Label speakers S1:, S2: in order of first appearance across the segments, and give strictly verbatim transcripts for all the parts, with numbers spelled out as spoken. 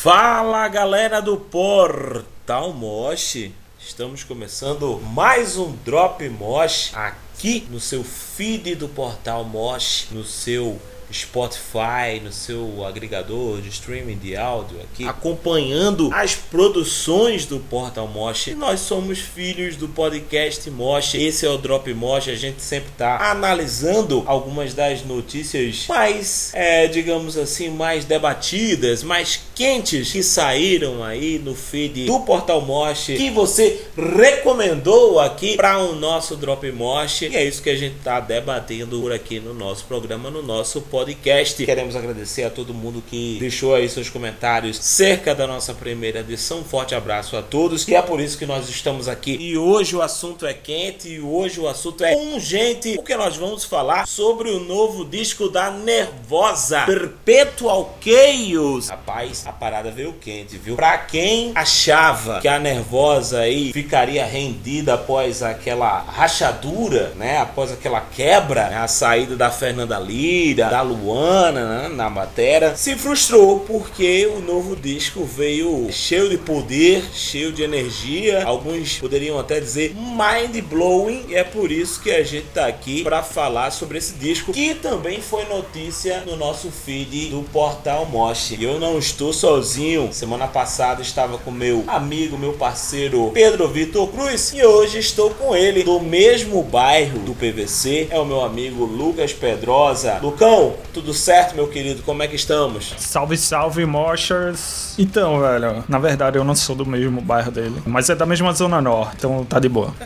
S1: Fala galera do Portal Mosh, estamos começando mais um Drop Mosh aqui no seu feed do Portal Mosh, no seu Spotify, no seu agregador de streaming de áudio aqui, acompanhando as produções do Portal Mosh. Nós somos filhos do podcast Mosh, esse é o Drop Mosh. A gente sempre está analisando algumas das notícias mais, é, digamos assim, mais debatidas, mais quentes que saíram aí no feed do Portal Mosh, que você recomendou aqui para o nosso Drop Mosh, e é isso que a gente está debatendo por aqui no nosso programa, no nosso podcast. podcast. Queremos agradecer a todo mundo que deixou aí seus comentários cerca da nossa primeira edição. Um forte abraço a todos, e é por isso que nós estamos aqui. E hoje o assunto é quente, e hoje o assunto é urgente, porque nós vamos falar sobre o novo disco da Nervosa, Perpetual Chaos. Rapaz, a parada veio quente, viu? Pra quem achava que a Nervosa aí ficaria rendida após aquela rachadura, né? Após aquela quebra, né? A saída da Fernanda Lira, da Luana, né, na batera, se frustrou porque o novo disco veio cheio de poder, cheio de energia, alguns poderiam até dizer mind blowing, e é por isso que a gente tá aqui para falar sobre esse disco, que também foi notícia no nosso feed do Portal Mosh. Eu não estou sozinho, semana passada estava com meu amigo, meu parceiro Pedro Vitor Cruz, e hoje estou com ele, do mesmo bairro do P V C, é o meu amigo Lucas Pedrosa. Lucão, tudo certo, meu querido? Como é que estamos?
S2: Salve, salve, Moshers! Então, velho, na verdade eu não sou do mesmo bairro dele, mas é da mesma zona norte, então tá de boa.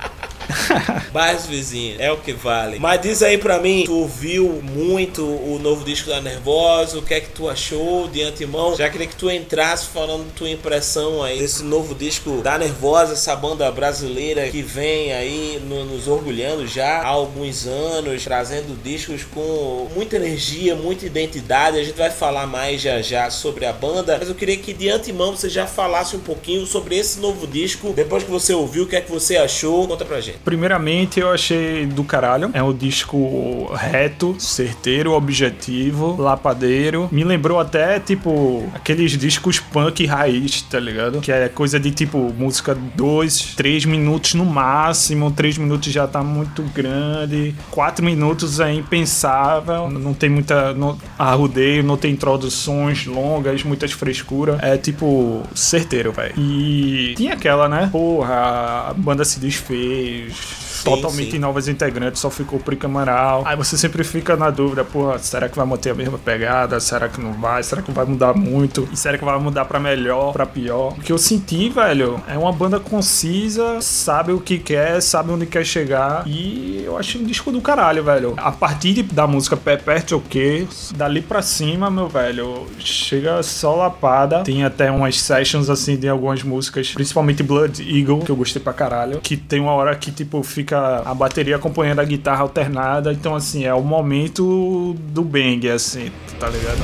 S1: Bairros vizinhos, é o que vale. Mas diz aí pra mim, tu ouviu muito o novo disco da Nervosa, o que é que tu achou de antemão? Já queria que tu entrasse falando tua impressão aí desse novo disco da Nervosa, essa banda brasileira que vem aí no, nos orgulhando já há alguns anos, trazendo discos com muita energia, muita identidade. A gente vai falar mais já já sobre a banda, mas eu queria que de antemão você já falasse um pouquinho sobre esse novo disco. Depois que você ouviu, o que é que você achou? Conta pra gente.
S2: Primeiramente, eu achei do caralho. É um disco reto, certeiro, objetivo, lapadeiro. Me lembrou até, tipo, aqueles discos punk raiz, tá ligado? Que é coisa de, tipo, música dois, três minutos no máximo. Três minutos já tá muito grande. Quatro minutos é impensável. Não tem muita não, arrudeio, não tem introduções longas, muitas frescuras. É, tipo, certeiro, velho. E tinha aquela, né? Porra, a banda se desfez. Sim, totalmente sim. Novas integrantes, só ficou o Prica Amaral. Aí você sempre fica na dúvida, porra, será que vai manter a mesma pegada? Será que não vai? Será que vai mudar muito? E será que vai mudar pra melhor, pra pior? O que eu senti, velho, é uma banda concisa, sabe o que quer, sabe onde quer chegar, e eu achei um disco do caralho, velho. A partir da música Perpetual Chaos, dali pra cima, meu velho, chega só lapada. Tem até umas sessions, assim, de algumas músicas, principalmente Blood Eagle, que eu gostei pra caralho, que tem uma hora que, tipo, fica a bateria acompanhando a guitarra alternada. Então, assim, é o momento do bang, assim, tá ligado?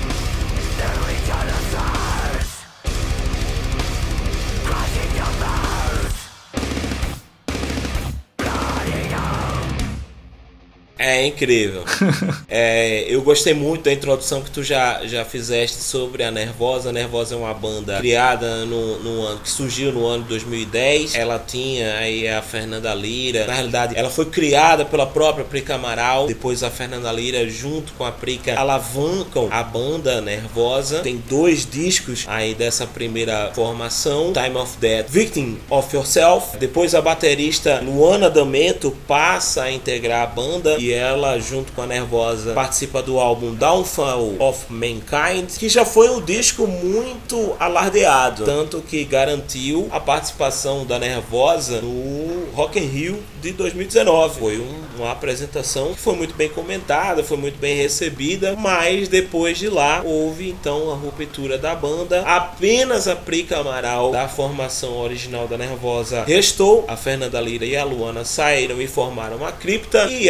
S1: É incrível. é, eu gostei muito da introdução que tu já, já fizeste sobre a Nervosa. A Nervosa é uma banda criada no, no ano, que surgiu no ano de dois mil e dez. Ela tinha aí a Fernanda Lira. Na realidade, ela foi criada pela própria Prica Amaral. Depois a Fernanda Lira, junto com a Prica, alavancam a banda Nervosa. Tem dois discos aí dessa primeira formação: Time of Death, Victim of Yourself. Depois a baterista Luana D'Ameto passa a integrar a banda, e ela, junto com a Nervosa, participa do álbum Downfall of Mankind, que já foi um disco muito alardeado, tanto que garantiu a participação da Nervosa no Rock in Rio de dois mil e dezenove. Foi um, uma apresentação que foi muito bem comentada, foi muito bem recebida, mas depois de lá houve então a ruptura da banda. Apenas a Prica Amaral, da formação original da Nervosa, restou. A Fernanda Lira e a Luana saíram e formaram a Cripta, e a Prica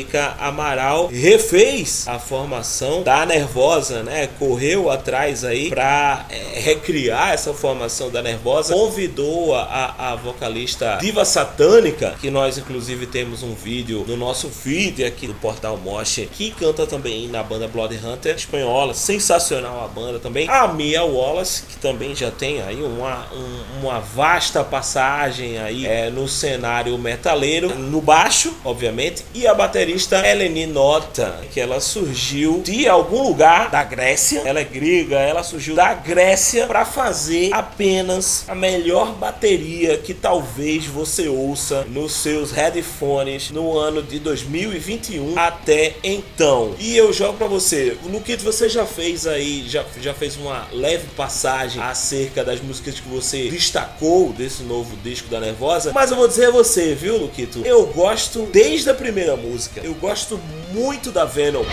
S1: Érica Amaral refez a formação da Nervosa, né? Correu atrás aí pra é, recriar essa formação da Nervosa, convidou a, a vocalista Diva Satânica, que nós inclusive temos um vídeo no nosso feed aqui do Portal Mosh, que canta também na banda Blood Hunter espanhola, sensacional a banda também. A Mia Wallace, que também já tem aí uma, um, uma vasta passagem aí é, no cenário metaleiro, no baixo, obviamente, e a baterista Eleni Nota, que ela surgiu de algum lugar da Grécia, ela é grega, ela surgiu da Grécia para fazer apenas a melhor bateria que talvez você ouça nos seus headphones no ano de dois mil e vinte e um até então. E eu jogo para você, Luquito, você já fez aí, já, já fez uma leve passagem acerca das músicas que você destacou desse novo disco da Nervosa, mas eu vou dizer a você, viu, Luquito, eu gosto desde a primeira música, eu gosto muito da Venom.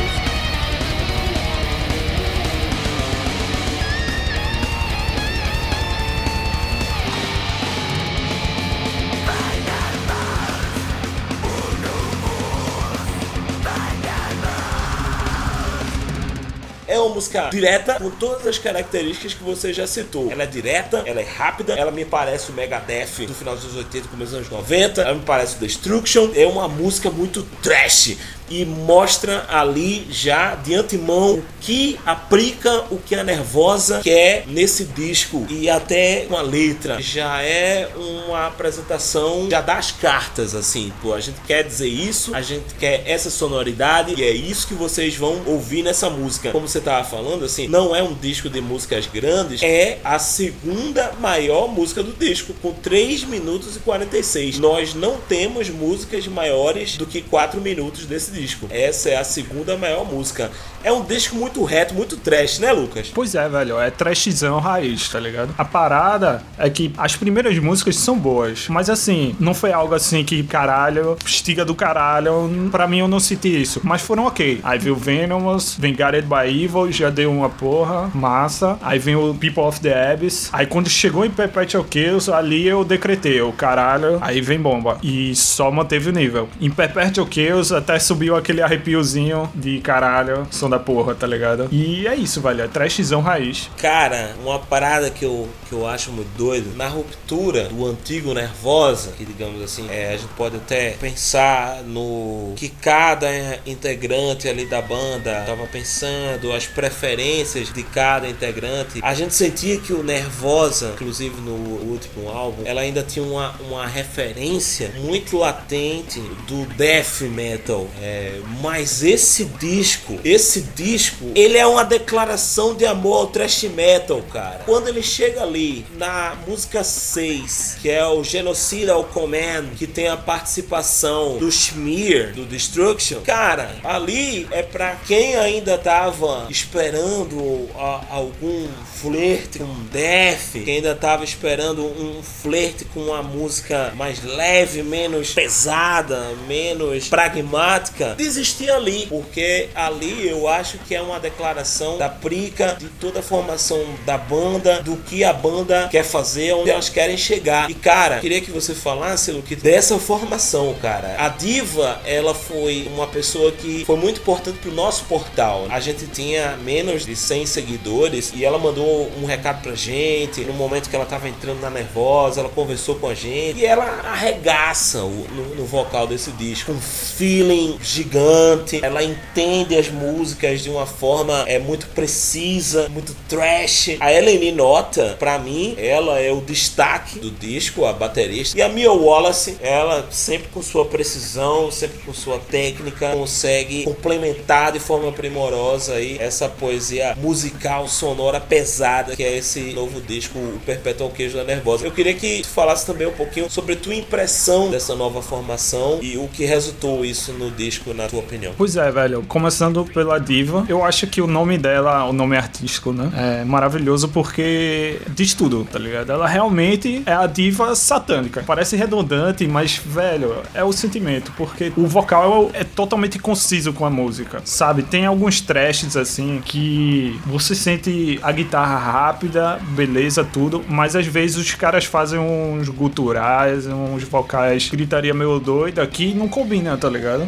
S1: É uma música direta, com todas as características que você já citou. Ela é direta, ela é rápida, ela me parece o Megadeth do final dos anos oitenta, começo dos anos noventa, ela me parece o Destruction. É uma música muito trash e mostra ali já de antemão o que aplica, o que a Nervosa quer nesse disco, e até com a letra já é uma apresentação, já dá as cartas assim, pô, a gente quer dizer isso, a gente quer essa sonoridade e é isso que vocês vão ouvir nessa música. Como você tava falando, assim, não é um disco de músicas grandes, é a segunda maior música do disco, com três minutos e quarenta e seis. Nós não temos músicas maiores do que quatro minutos desse disco. Essa é a segunda maior música. É um disco muito reto, muito trash, né, Lucas?
S2: Pois é, velho, é trashzão raiz, tá ligado? A parada é que as primeiras músicas são boas, mas assim, não foi algo assim que, caralho, estiga do caralho, pra mim eu não senti isso, mas foram ok. Aí veio Venomous, vem Guided by Evil, já deu uma porra, massa. Aí vem o People of the Abyss. Aí quando chegou em Perpetual Chaos, ali eu decretei, o caralho, aí vem bomba. E só manteve o nível. Em Perpetual Chaos até subiu aquele arrepiozinho de caralho, som da porra, tá ligado? E é isso, velho, é trashzão raiz.
S1: Cara, uma parada que eu, que eu acho muito doido, na ruptura do antigo Nervosa, que digamos assim, é, a gente pode até pensar no que cada integrante ali da banda tava pensando, as preferências de cada integrante. A gente sentia que o Nervosa, inclusive no último álbum, ela ainda tinha uma, uma referência muito latente do death metal, é, mas esse disco, esse disco, ele é uma declaração de amor ao thrash metal, cara. Quando ele chega ali na música seis, que é o Genocidal Command, que tem a participação do Smear, do Destruction, cara, ali é pra quem ainda tava esperando a, algum flerte com death, quem ainda tava esperando um flerte com uma música mais leve, menos pesada, menos pragmática, desistir ali, porque ali eu acho que é uma declaração da prica de toda a formação da banda, do que a banda quer fazer, onde elas querem chegar. E cara, queria que você falasse, Luque, dessa formação, cara. A Diva, ela foi uma pessoa que foi muito importante pro nosso portal. A gente tinha menos de cem seguidores e ela mandou um recado pra gente no momento que ela tava entrando na Nervosa, ela conversou com a gente e ela arregaça o, no, no vocal desse disco, um feeling gigante. Ela entende as músicas de uma forma é, muito precisa, muito trash. A Eleni Nota, pra mim, ela é o destaque do disco, a baterista. E a Mia Wallace, ela sempre com sua precisão, sempre com sua técnica, consegue complementar de forma primorosa aí essa poesia musical, sonora, pesada, que é esse novo disco, o Perpetual Chaos da Nervosa. Eu queria que tu falasse também um pouquinho sobre a tua impressão dessa nova formação e o que resultou isso no disco, na tua opinião.
S2: Pois é, velho, começando pela Diva, eu acho que o nome dela, o nome artístico, né, é maravilhoso porque diz tudo, tá ligado? Ela realmente é a diva satânica. Parece redundante, mas, velho, é o sentimento, porque o vocal é totalmente conciso com a música, sabe? Tem alguns trashes, assim, que você sente a guitarra rápida, beleza, tudo, mas às vezes os caras fazem uns guturais, uns vocais, gritaria meio doida, que não combina, tá ligado? Porra,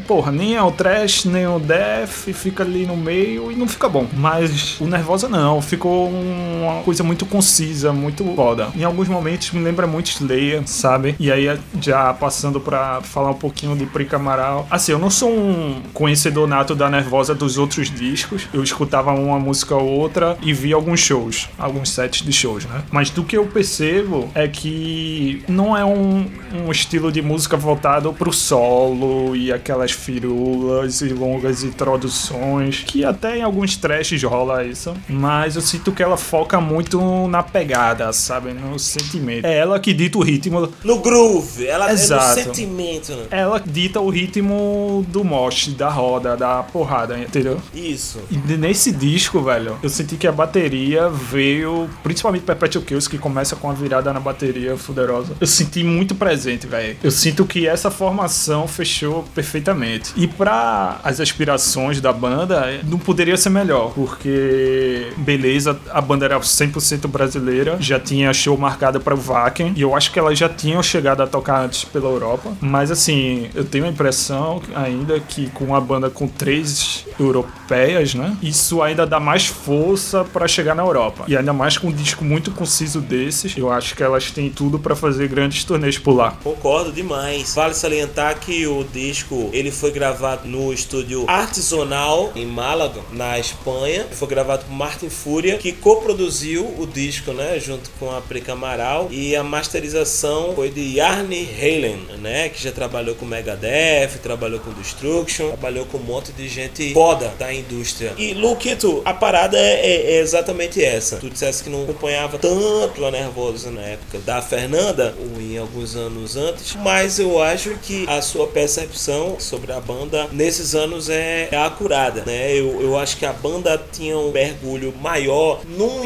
S2: nem é o thrash, nem o death, fica ali no meio e não fica bom. Mas o Nervosa não, ficou uma coisa muito concisa, muito foda. Em alguns momentos me lembra muito Slayer, sabe? E aí, já passando pra falar um pouquinho de Prica Amaral. Assim, eu não sou um conhecedor nato da Nervosa dos outros discos. Eu escutava uma música ou outra e via alguns shows, alguns sets de shows, né? Mas do que eu percebo é que não é um, um estilo de música voltado pro solo e aquelas firulas e longas introduções, que até em alguns trashes rola isso, mas eu sinto que ela foca muito na pegada, sabe? No sentimento. É ela que dita o ritmo.
S1: No groove, ela
S2: Exato.
S1: É no sentimento, né?
S2: Ela dita o ritmo do mosh, da roda, da porrada, entendeu?
S1: Isso.
S2: E nesse disco, velho, eu senti que a bateria veio, principalmente Perpetual Chaos, que começa com a virada na bateria fuderosa. Eu senti muito presente, velho. Eu sinto que essa formação fechou perfeitamente. E pra as aspirações da banda, não poderia ser melhor, porque, beleza, a banda era cem por cento brasileira, já tinha show marcado para o Wacken, e eu acho que elas já tinham chegado a tocar antes pela Europa, mas assim, eu tenho a impressão ainda que com uma banda com três europeias, né, isso ainda dá mais força para chegar na Europa, e ainda mais com um disco muito conciso desses, eu acho que elas têm tudo para fazer grandes turnês por lá.
S1: Concordo demais. Vale salientar que o disco, ele foi gravado no estúdio Artesanal em Málaga, na Espanha. Foi gravado por Martin Fúria, que coproduziu o disco, né, junto com a Prica Amaral, e a masterização foi de Arne Halen, né, que já trabalhou com Megadeth, trabalhou com Destruction, trabalhou com um monte de gente foda da indústria. E Luquito, a parada é, é exatamente essa. Tu disseste que não acompanhava tanto a Nervosa na época da Fernanda, ou em alguns anos antes, mas eu acho que a sua percepção sobre a banda nesses anos é, é acurada, né? Eu, eu acho que a banda tinha um mergulho maior num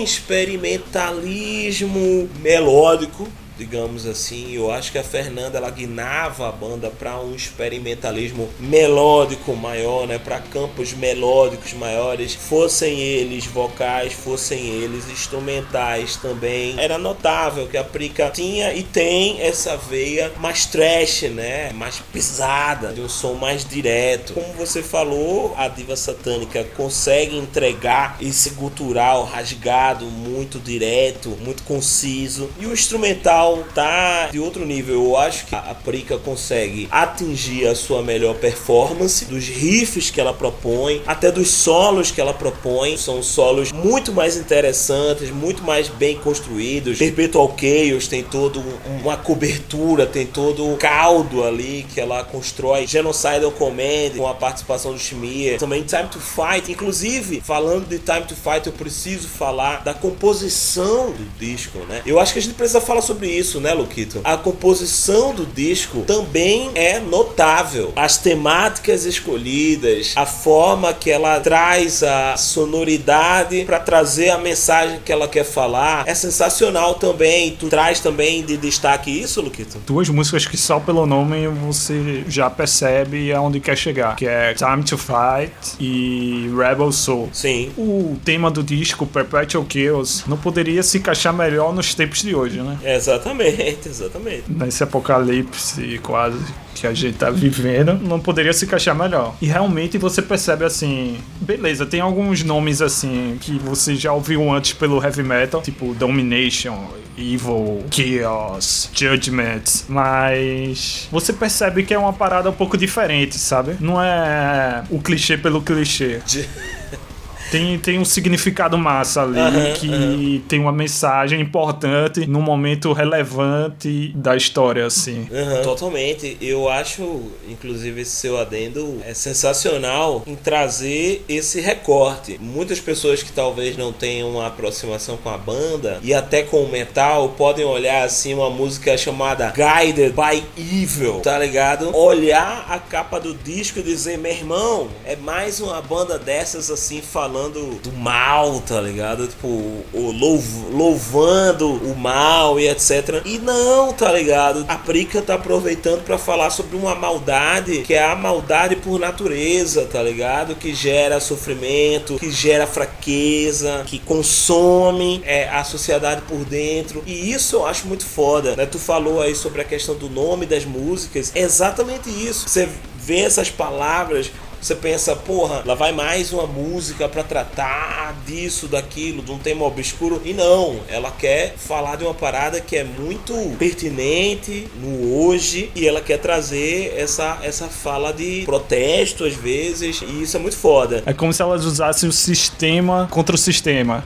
S1: experimentalismo melódico, digamos assim. Eu acho que a Fernanda, ela guinava a banda para um experimentalismo melódico maior, né, para campos melódicos maiores, fossem eles vocais, fossem eles instrumentais também. Era notável que a Prica tinha e tem essa veia mais trash, né, mais pesada, de um som mais direto. Como você falou, a Diva Satânica consegue entregar esse gutural rasgado, muito direto, muito conciso, e o instrumental tá de outro nível. Eu acho que a Prica consegue atingir a sua melhor performance, dos riffs que ela propõe, até dos solos que ela propõe. São solos muito mais interessantes, muito mais bem construídos. Perpetual Chaos tem todo um, uma cobertura, tem todo um caldo ali que ela constrói. Genocidal Command, com a participação do Shimir. Também Time to Fight. Inclusive, falando de Time to Fight, eu preciso falar da composição do disco, né? Eu acho que a gente precisa falar sobre isso, né, Luquito? A composição do disco também é notável. As temáticas escolhidas, a forma que ela traz a sonoridade para trazer a mensagem que ela quer falar, é sensacional também. Tu traz também de destaque isso, Luquito?
S2: Duas músicas que só pelo nome você já percebe aonde quer chegar, que é Time to Fight e Rebel Soul.
S1: Sim.
S2: O tema do disco, Perpetual Chaos, não poderia se encaixar melhor nos tempos de hoje, né?
S1: Exatamente. Exatamente, exatamente.
S2: Nesse apocalipse quase que a gente tá vivendo, não poderia se encaixar melhor. E realmente você percebe assim, beleza, tem alguns nomes assim que você já ouviu antes pelo heavy metal, tipo Domination, Evil, Chaos, Judgment, mas você percebe que é uma parada um pouco diferente, sabe? Não é o clichê pelo clichê. Tem, tem um significado massa ali, uhum, que uhum. tem uma mensagem importante num momento relevante da história, assim.
S1: Uhum, totalmente. Eu acho, inclusive, esse seu adendo é sensacional em trazer esse recorte. Muitas pessoas que talvez não tenham uma aproximação com a banda e até com o metal podem olhar assim uma música chamada Guided by Evil, tá ligado? Olhar a capa do disco e dizer, meu irmão, é mais uma banda dessas assim falando do mal, tá ligado? Tipo, o louv- louvando o mal e etcétera. E não, tá ligado? A Prica tá aproveitando pra falar sobre uma maldade que é a maldade por natureza, tá ligado? Que gera sofrimento, que gera fraqueza, que consome é, a sociedade por dentro. E isso eu acho muito foda, né? Tu falou aí sobre a questão do nome das músicas. É exatamente isso. Você vê essas palavras, você pensa, porra, lá vai mais uma música pra tratar disso, daquilo, de um tema obscuro. E não, ela quer falar de uma parada que é muito pertinente no hoje, e ela quer trazer essa, essa fala de protesto às vezes, e isso é muito foda.
S2: É como se elas usassem o sistema contra o sistema,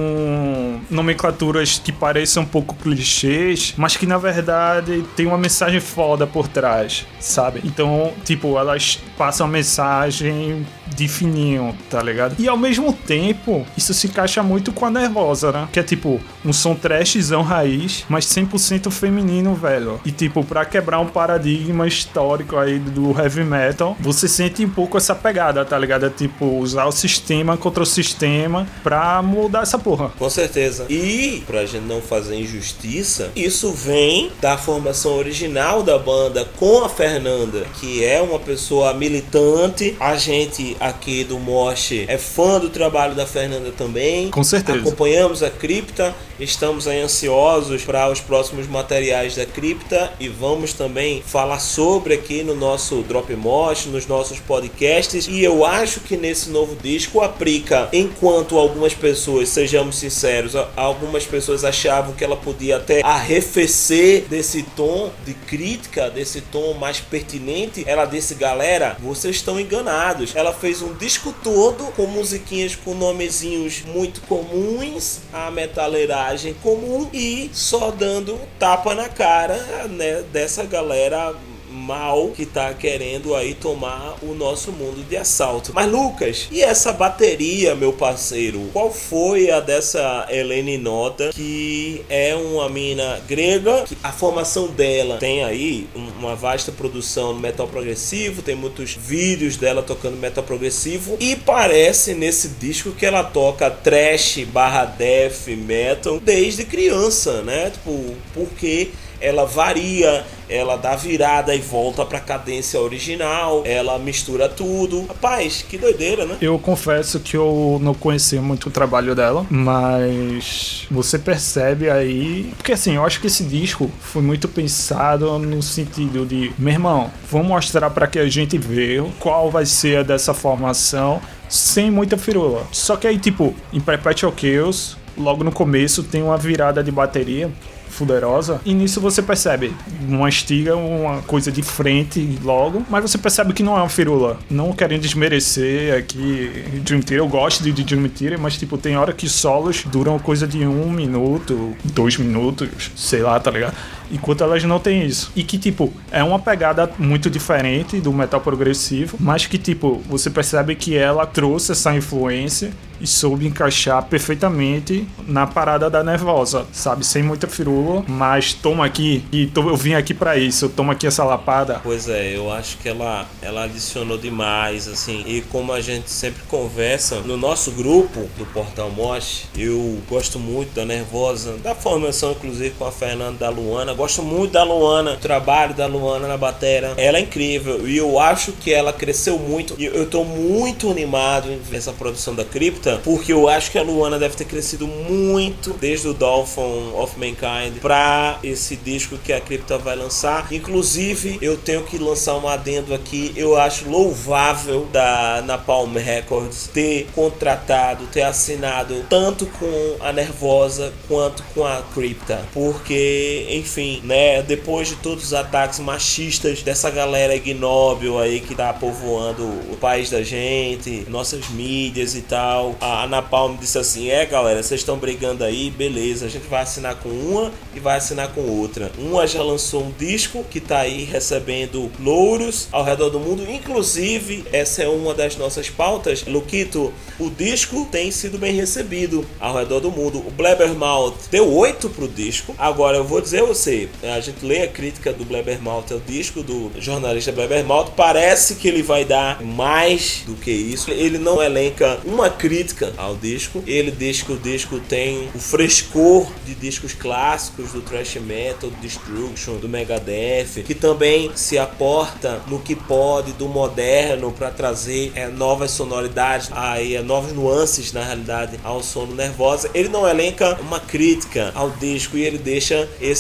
S2: com nomenclaturas que parecem um pouco clichês, mas que na verdade tem uma mensagem foda por trás, sabe? Então, tipo, elas passam a mensagem de fininho, tá ligado? E ao mesmo tempo, isso se encaixa muito com a Nervosa, né? Que é tipo, um som trashzão raiz, mas cem por cento feminino, velho. E tipo, pra quebrar um paradigma histórico aí do heavy metal, você sente um pouco essa pegada, tá ligado? É tipo, usar o sistema contra o sistema pra mudar essa porra.
S1: Com certeza. E, pra gente não fazer injustiça, isso vem da formação original da banda com a Fernanda, que é uma pessoa militante. A gente aqui do Mosh é fã do trabalho da Fernanda também.
S2: Com certeza.
S1: Acompanhamos a Cripta, estamos aí ansiosos para os próximos materiais da Cripta e vamos também falar sobre aqui no nosso Drop Mosh, nos nossos podcasts. E eu acho que nesse novo disco a Prica, enquanto algumas pessoas, sejamos sinceros, algumas pessoas achavam que ela podia até arrefecer desse tom de crítica, desse tom mais pertinente, ela disse, galera, vocês estão enganados. Ela fez um disco todo com musiquinhas com nomezinhos muito comuns, a metaleiragem comum, e só dando tapa na cara, né, dessa galera mal que tá querendo aí tomar o nosso mundo de assalto. Mas Lucas, e essa bateria, meu parceiro? Qual foi a dessa Helene Nota, que é uma mina grega, que a formação dela tem aí uma vasta produção no metal progressivo, tem muitos vídeos dela tocando metal progressivo, e parece nesse disco que ela toca trash barra death metal desde criança, né? Tipo, porque ela varia, ela dá virada e volta pra cadência original, ela mistura tudo. Rapaz, que doideira, né?
S2: Eu confesso que eu não conhecia muito o trabalho dela, mas você percebe aí... Porque assim, eu acho que esse disco foi muito pensado no sentido de, meu irmão, vamos mostrar pra que a gente vê qual vai ser a dessa formação sem muita firula. Só que aí, tipo, em Perpetual Chaos, logo no começo tem uma virada de bateria fuderosa, e nisso você percebe uma estiga, uma coisa de frente logo, mas você percebe que não é uma firula. Não querendo desmerecer aqui Dream Theater, eu gosto de, de Dream Theater, mas tipo, tem hora que solos duram coisa de um minuto, dois minutos, sei lá, tá ligado? Enquanto elas não têm isso. E que, tipo, é uma pegada muito diferente do metal progressivo, mas que, tipo, você percebe que ela trouxe essa influência e soube encaixar perfeitamente na parada da Nervosa, sabe? Sem muita firula, mas toma aqui, e tô, eu vim aqui pra isso, eu tomo aqui essa lapada.
S1: Pois é, eu acho que ela, ela adicionou demais, assim, e como a gente sempre conversa no nosso grupo do Portal Mosh, eu gosto muito da Nervosa, da formação, inclusive, com a Fernanda, da Luana, gosto muito da Luana, o trabalho da Luana na bateria, ela é incrível, e eu acho que ela cresceu muito, e eu tô muito animado em ver essa produção da Cripta, porque eu acho que a Luana deve ter crescido muito desde o Dolphin of Mankind para esse disco que a Cripta vai lançar. Inclusive, eu tenho que lançar um adendo aqui. Eu acho louvável da Napalm Records ter contratado, ter assinado tanto com a Nervosa quanto com a Cripta, porque, enfim, né, depois de todos os ataques machistas dessa galera ignóbil aí que tá povoando o país da gente, nossas mídias e tal, a Napalm disse assim, é galera, vocês estão brigando aí, beleza, a gente vai assinar com uma e vai assinar com outra. Uma já lançou um disco que tá aí recebendo louros ao redor do mundo, inclusive essa é uma das nossas pautas, Luquito, o disco tem sido bem recebido ao redor do mundo. O Blabbermouth deu oito pro disco. Agora eu vou dizer a você, a gente lê a crítica do Blabbermouth ao disco do jornalista Blabbermouth, parece que ele vai dar mais do que isso. Ele não elenca uma crítica ao disco, ele diz que o disco tem o frescor de discos clássicos do thrash metal, do Destruction, do Megadeth, que também se aporta no que pode do moderno para trazer é, novas sonoridades, aí, é, novas nuances na realidade ao som do Nervosa. Ele não elenca uma crítica ao disco e ele deixa esse oito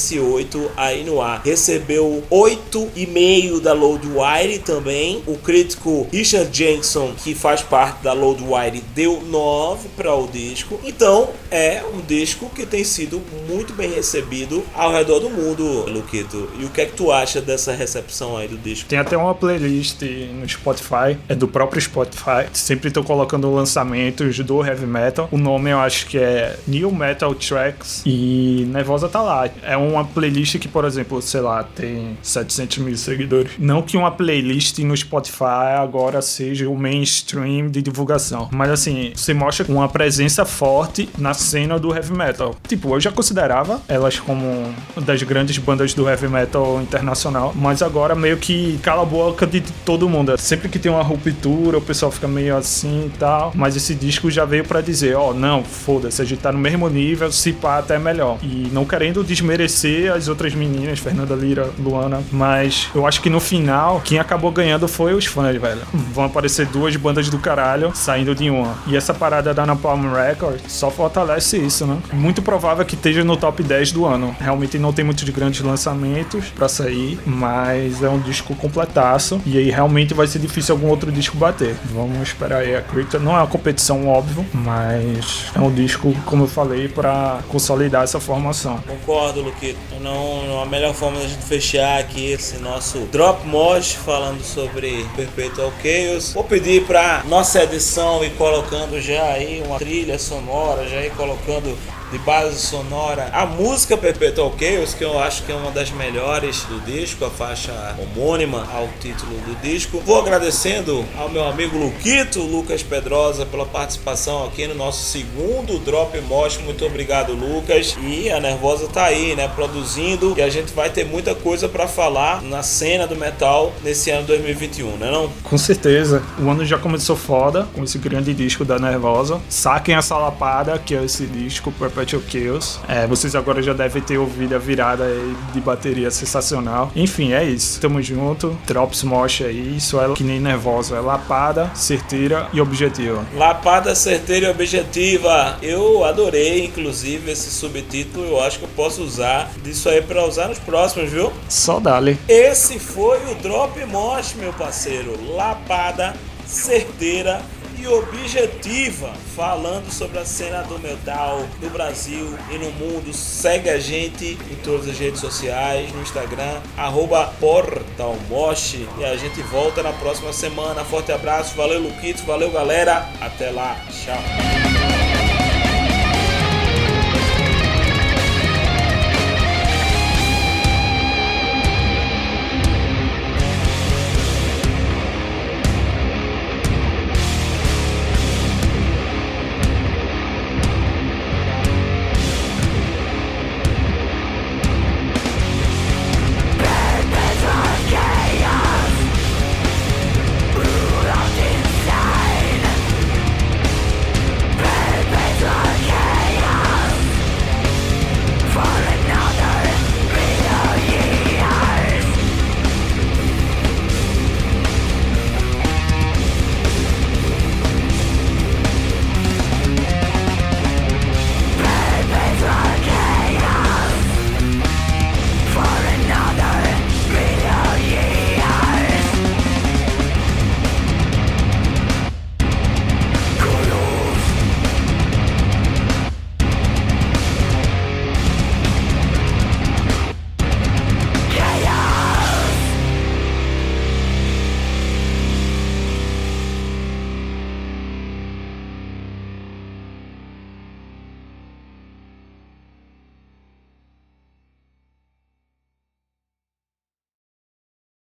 S1: oito aí no ar. Recebeu oito e meio da Loudwire também. O crítico Richard Jenkins, que faz parte da Loudwire, deu nove para o disco. Então é um disco que tem sido muito bem recebido ao redor do mundo, Luquito. E o que é que tu acha dessa recepção aí do disco?
S2: Tem até uma playlist no Spotify, é do próprio Spotify. Sempre tô colocando lançamentos do heavy metal. O nome eu acho que é New Metal Tracks e Nervosa tá lá. É uma playlist que, por exemplo, sei lá, tem setecentos mil seguidores. Não que uma playlist no Spotify agora seja o mainstream de divulgação, mas assim, você mostra uma presença forte na cena do heavy metal. Tipo, eu já considerava elas como uma das grandes bandas do heavy metal internacional, mas agora meio que cala a boca de todo mundo. Sempre que tem uma ruptura, o pessoal fica meio assim e tal, mas esse disco já veio pra dizer, ó, oh, não, foda-se, a gente tá no mesmo nível, se pá até melhor. E não querendo desmerecer as outras meninas, Fernanda Lira, Luana, mas eu acho que no final, quem acabou ganhando foi os fãs, velho. Vão aparecer duas bandas do caralho saindo de uma. E essa parada da Napalm Records só fortalece isso, né? Muito provável que esteja no top dez do ano. Realmente não tem muitos grandes lançamentos pra sair, mas é um disco completaço. E aí realmente vai ser difícil algum outro disco bater. Vamos esperar aí a Crypta. Não é uma competição, óbvio, mas é um disco, como eu falei, pra consolidar essa formação.
S1: Concordo, Luquito. Não, a melhor forma da gente fechar aqui esse nosso Drop Mosh falando sobre Perpetual Chaos. Vou pedir pra nossa edição ir colocando já aí uma trilha sonora, já ir colocando de base sonora a música Perpetual Chaos, que eu acho que é uma das melhores do disco, a faixa homônima ao título do disco. Vou agradecendo ao meu amigo Luquito, Lucas Pedrosa, pela participação aqui no nosso segundo Drop Mosh. Muito obrigado, Lucas. E a Nervosa tá aí, né, produzindo, e a gente vai ter muita coisa pra falar na cena do metal nesse ano dois mil e vinte e um, né não?
S2: Com certeza. O ano já começou foda com esse grande disco da Nervosa. Saquem essa lapada, que é esse disco Perpetual Chaos. É, vocês agora já devem ter ouvido a virada aí de bateria sensacional. Enfim, é isso. Tamo junto. Drops Mosh aí. Isso é que nem Nervosa. É lapada, certeira e objetiva.
S1: Lapada, certeira e objetiva. Eu adorei, inclusive, esse subtítulo. Eu acho que eu posso usar disso aí pra usar nos próximos, viu?
S2: Só dale.
S1: Esse foi o Drop Mosh, meu parceiro. Lapada, certeira e objetiva, falando sobre a cena do metal no Brasil e no mundo. Segue a gente em todas as redes sociais, no Instagram, arroba portalmosh, e a gente volta na próxima semana. Forte abraço, valeu Luquito, valeu galera, até lá, tchau.